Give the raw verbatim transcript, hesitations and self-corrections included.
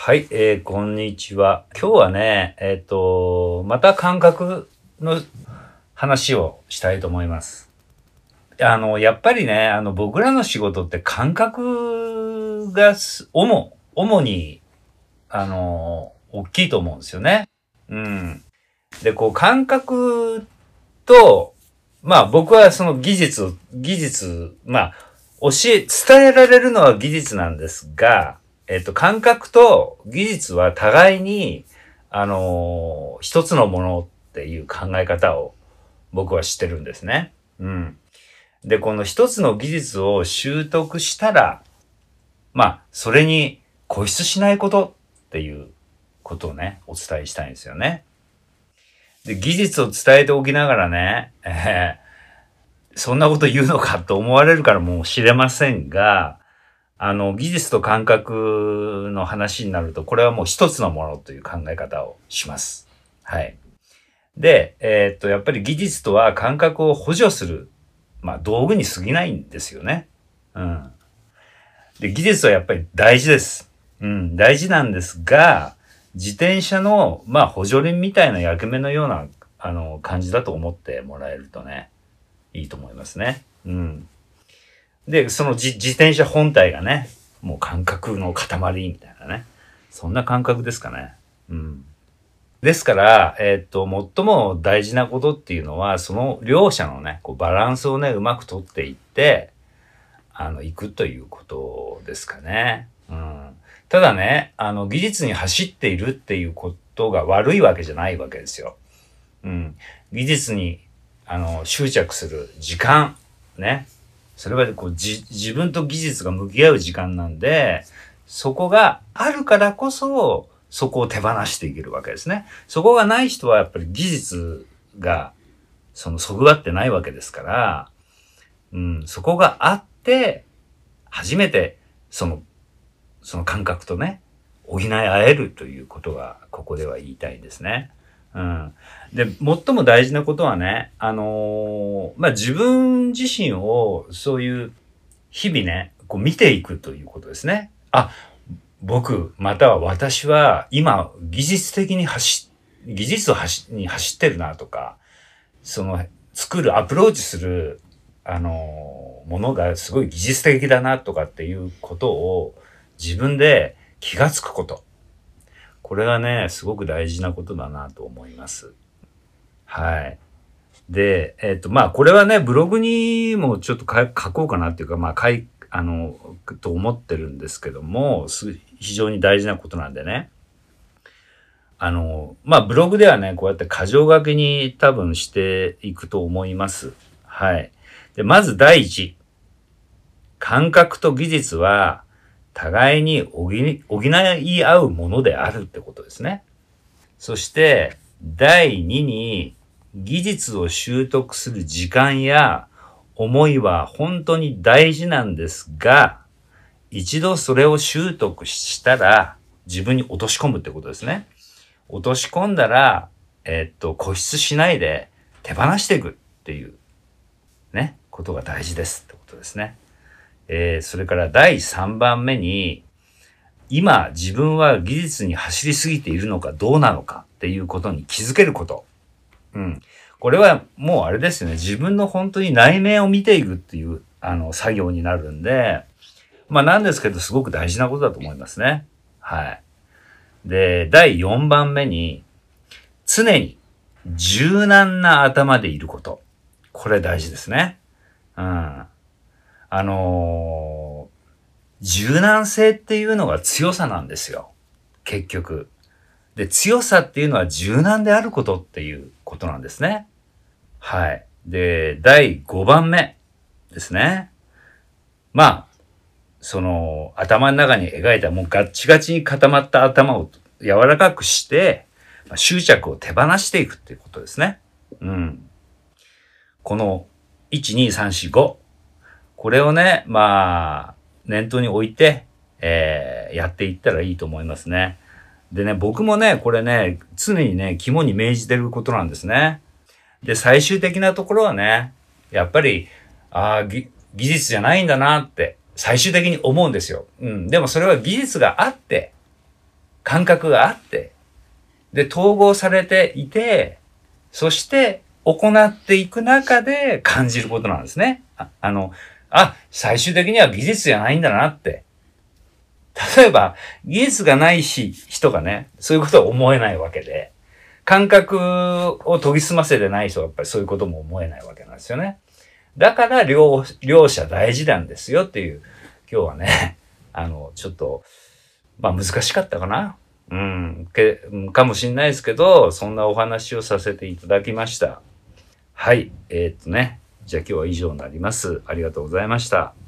はい、えー、こんにちは。今日はね、えっと、また感覚の話をしたいと思います。あの、やっぱりね、あの、僕らの仕事って感覚がす、主、主に、あの、大きいと思うんですよね。うん。で、こう、感覚と、まあ僕はその技術、技術、まあ、教え、伝えられるのは技術なんですが、えっと、感覚と技術は互いに、あのー一つのものっていう考え方を僕は知ってるんですね。うん。で、この一つの技術を習得したら、まあ、それに固執しないことっていうことをね、お伝えしたいんですよね。で、技術を伝えておきながらね、えーそんなこと言うのかと思われるからもしれませんが、あの、技術と感覚の話になると、これはもう一つのものという考え方をします。はい。で、えーっと、やっぱり技術とは感覚を補助する、まあ、道具に過ぎないんですよね。うん。で、技術はやっぱり大事です。うん、大事なんですが、自転車の、まあ、補助輪みたいな役目のような、あの、感じだと思ってもらえるとね、いいと思いますね。うん。で、その自自転車本体がね、もう感覚の塊みたいなね。そんな感覚ですかね。うん。ですから、えっと、最も大事なことっていうのは、その両者のね、こうバランスをね、うまく取っていって、あの、行くということですかね。うん。ただね、あの、技術に走っているっていうことが悪いわけじゃないわけですよ。うん。技術に、あの、執着する時間、ね。それはこう、じ、自分と技術が向き合う時間なんで、そこがあるからこそ、そこを手放していけるわけですね。そこがない人はやっぱり技術が、その、そぐわってないわけですから、うん、そこがあって、初めて、その、その感覚とね、補い合えるということが、ここでは言いたいんですね。うん。で、最も大事なことはね、あのーまあ、自分自身を、そういう、日々ね、こう見ていくということですね。あ、僕、または私は、今、技術的に走、技術を走に走ってるなとか、その、作る、アプローチする、あのーものがすごい技術的だなとかっていうことを、自分で気がつくこと。これがね、すごく大事なことだなと思います。はい。で、えっと、まあ、これはね、ブログにもちょっと書こうかなっていうか、まあ、書い、あの、と思ってるんですけども、す非常に大事なことなんでね。あの、まあ、ブログではね、こうやって箇条書きに多分していくと思います。はい。で、まず第一。感覚と技術は、互いに補い補い合うものであるってことですね。そして、第二に、技術を習得する時間や思いは本当に大事なんですが、一度それを習得したら自分に落とし込むってことですね。落とし込んだら、えっと、固執しないで手放していくっていうね、ことが大事ですってことですね。えー、それからだいさんばんめに、今自分は技術に走りすぎているのかどうなのかっていうことに気づけること。うん。これはもうあれですよね。自分の本当に内面を見ていくっていう、あの、作業になるんで、まあなんですけど、すごく大事なことだと思いますね。はい。で、だいよんばんめに、常に柔軟な頭でいること。これ大事ですね。うん。あのー柔軟性っていうのが強さなんですよ。結局。で、強さっていうのは柔軟であることっていうことなんですね。はい。で、だいごばんめですね。まあ、その、頭の中に描いたもうガッチガチに固まった頭を柔らかくして、まあ、執着を手放していくっていうことですね。うん。この、いち、に、さん、よん、ご。これをね、まあ、念頭に置いて、えー、やっていったらいいと思いますね。でね、僕もね、これね、常にね、肝に銘じてることなんですね。で、最終的なところはね、やっぱり、ああ、技術じゃないんだなって、最終的に思うんですよ。うん。でもそれは技術があって、 感覚があって、で、統合されていて、そして行っていく中で感じることなんですね。あ、あの、あ、最終的には技術じゃないんだなって。例えば、技術がないし、人がね、そういうことは思えないわけで、感覚を研ぎ澄ませてない人はやっぱりそういうことも思えないわけなんですよね。だから両、両者大事なんですよっていう、今日はね、あの、ちょっと、まあ難しかったかな。うん、け、かもしれないですけど、そんなお話をさせていただきました。はい、えー、っとね、じゃあ今日は以上になります。ありがとうございました。